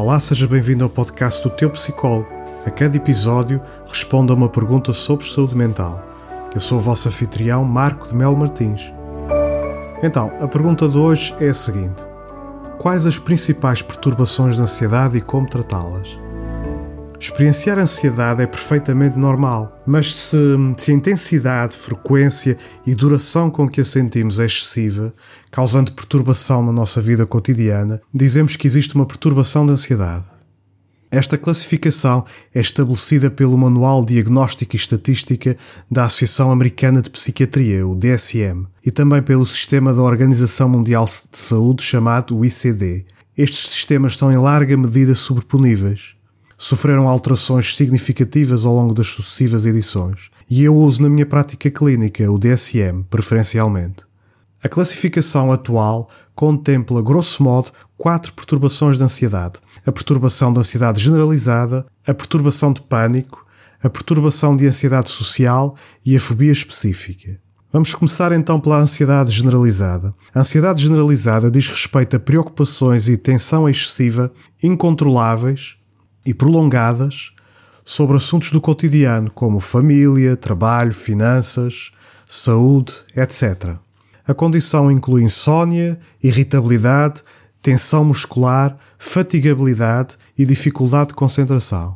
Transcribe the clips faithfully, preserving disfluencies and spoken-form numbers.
Olá, seja bem-vindo ao podcast do Teu Psicólogo. A cada episódio respondo a uma pergunta sobre saúde mental. Eu sou o vosso anfitrião, Marco de Melo Martins. Então, a pergunta de hoje é a seguinte: quais as principais perturbações de ansiedade e como tratá-las? Experienciar ansiedade é perfeitamente normal, mas se, se a intensidade, frequência e duração com que a sentimos é excessiva, causando perturbação na nossa vida cotidiana, dizemos que existe uma perturbação de ansiedade. Esta classificação é estabelecida pelo Manual de Diagnóstico e Estatística da Associação Americana de Psiquiatria, o D S M, e também pelo Sistema da Organização Mundial de Saúde, chamado o I C D. Estes sistemas são em larga medida sobreponíveis. Sofreram alterações significativas ao longo das sucessivas edições, e eu uso na minha prática clínica o D S M, preferencialmente. A classificação atual contempla, grosso modo, quatro perturbações de ansiedade: a perturbação de ansiedade generalizada, a perturbação de pânico, a perturbação de ansiedade social e a fobia específica. Vamos começar então pela ansiedade generalizada. A ansiedade generalizada diz respeito a preocupações e tensão excessiva, incontroláveis e prolongadas sobre assuntos do cotidiano, como família, trabalho, finanças, saúde, etcétera. A condição inclui insónia, irritabilidade, tensão muscular, fatigabilidade e dificuldade de concentração.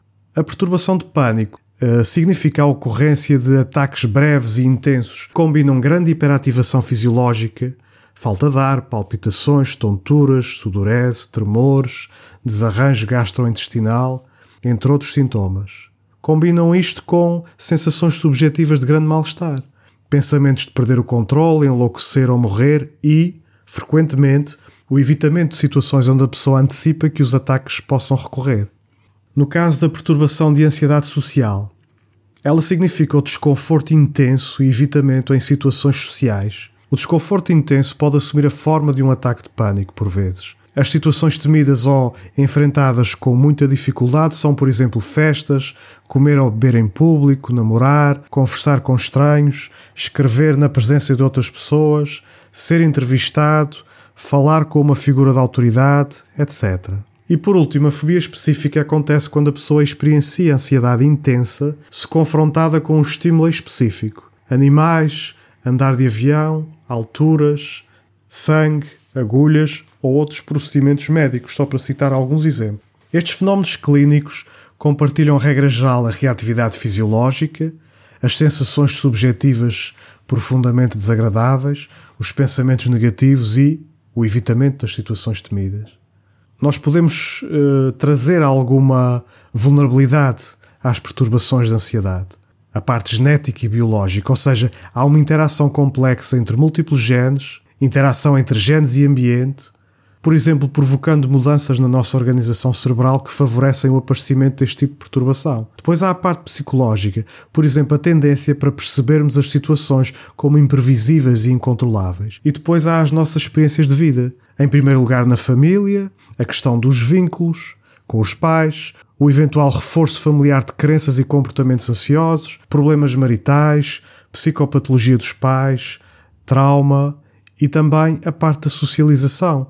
A perturbação de pânico uh, significa a ocorrência de ataques breves e intensos que combinam grande hiperativação fisiológica, falta de ar, palpitações, tonturas, sudorese, tremores, desarranjo gastrointestinal, entre outros sintomas. Combinam isto com sensações subjetivas de grande mal-estar, pensamentos de perder o controle, enlouquecer ou morrer e, frequentemente, o evitamento de situações onde a pessoa antecipa que os ataques possam recorrer. No caso da perturbação de ansiedade social, ela significa o desconforto intenso e evitamento em situações sociais. O desconforto intenso pode assumir a forma de um ataque de pânico, por vezes. As situações temidas ou enfrentadas com muita dificuldade são, por exemplo, festas, comer ou beber em público, namorar, conversar com estranhos, escrever na presença de outras pessoas, ser entrevistado, falar com uma figura de autoridade, etcétera. E por último, a fobia específica acontece quando a pessoa experiencia ansiedade intensa se confrontada com um estímulo específico. Animais, andar de avião, alturas, sangue, agulhas ou outros procedimentos médicos, só para citar alguns exemplos. Estes fenómenos clínicos compartilham, regra geral, a reatividade fisiológica, as sensações subjetivas profundamente desagradáveis, os pensamentos negativos e o evitamento das situações temidas. Nós podemos uh, trazer alguma vulnerabilidade às perturbações de ansiedade. A parte genética e biológica, ou seja, há uma interação complexa entre múltiplos genes, interação entre genes e ambiente, por exemplo, provocando mudanças na nossa organização cerebral que favorecem o aparecimento deste tipo de perturbação. Depois há a parte psicológica, por exemplo, a tendência para percebermos as situações como imprevisíveis e incontroláveis. E depois há as nossas experiências de vida. Em primeiro lugar, na família, a questão dos vínculos com os pais, o eventual reforço familiar de crenças e comportamentos ansiosos, problemas maritais, psicopatologia dos pais, trauma e também a parte da socialização,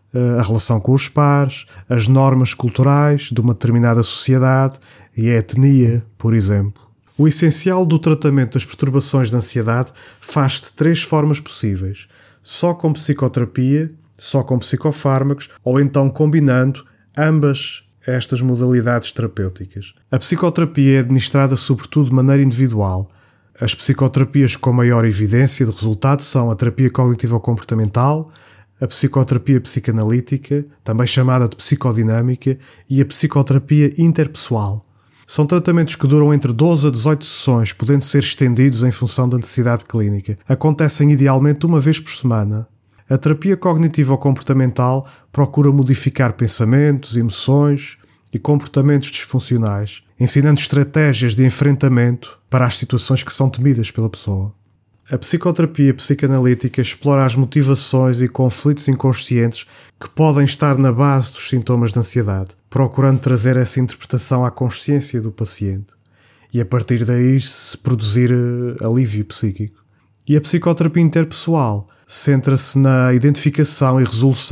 a relação com os pares, as normas culturais de uma determinada sociedade e a etnia, por exemplo. O essencial do tratamento das perturbações de ansiedade faz-se de três formas possíveis: só com psicoterapia, só com psicofármacos ou então combinando ambas estas modalidades terapêuticas. A psicoterapia é administrada sobretudo de maneira individual. As psicoterapias com maior evidência de resultado são a terapia cognitivo-comportamental, a psicoterapia psicanalítica, também chamada de psicodinâmica, e a psicoterapia interpessoal. São tratamentos que duram entre doze a dezoito sessões, podendo ser estendidos em função da necessidade clínica. Acontecem idealmente uma vez por semana. A terapia cognitivo-comportamental procura modificar pensamentos, emoções e comportamentos disfuncionais, ensinando estratégias de enfrentamento para as situações que são temidas pela pessoa. A psicoterapia psicanalítica explora as motivações e conflitos inconscientes que podem estar na base dos sintomas de ansiedade, procurando trazer essa interpretação à consciência do paciente e a partir daí se produzir alívio psíquico. E a psicoterapia interpessoal centra-se na identificação e resolução de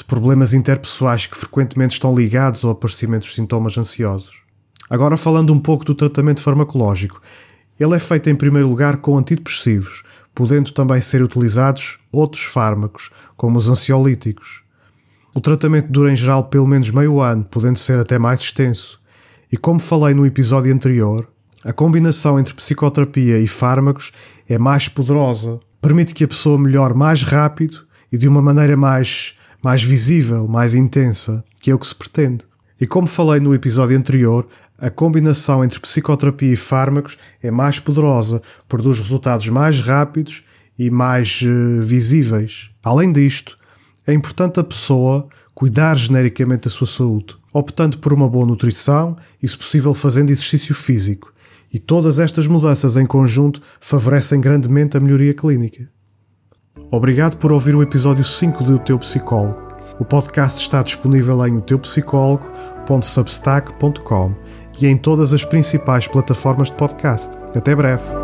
de problemas interpessoais que frequentemente estão ligados ao aparecimento dos sintomas ansiosos. Agora, falando um pouco do tratamento farmacológico, ele é feito em primeiro lugar com antidepressivos, podendo também ser utilizados outros fármacos, como os ansiolíticos. O tratamento dura em geral pelo menos meio ano, podendo ser até mais extenso. E como falei no episódio anterior, a combinação entre psicoterapia e fármacos é mais poderosa, permite que a pessoa melhore mais rápido e de uma maneira mais, mais visível, mais intensa, que é o que se pretende. E como falei no episódio anterior, a combinação entre psicoterapia e fármacos é mais poderosa, produz resultados mais rápidos e mais uh, visíveis. Além disto, é importante a pessoa cuidar genericamente da sua saúde, optando por uma boa nutrição e, se possível, fazendo exercício físico. E todas estas mudanças em conjunto favorecem grandemente a melhoria clínica. Obrigado por ouvir o episódio cinco de O Teu Psicólogo. O podcast está disponível em o teu psicólogo ponto substack ponto com e em todas as principais plataformas de podcast. Até breve!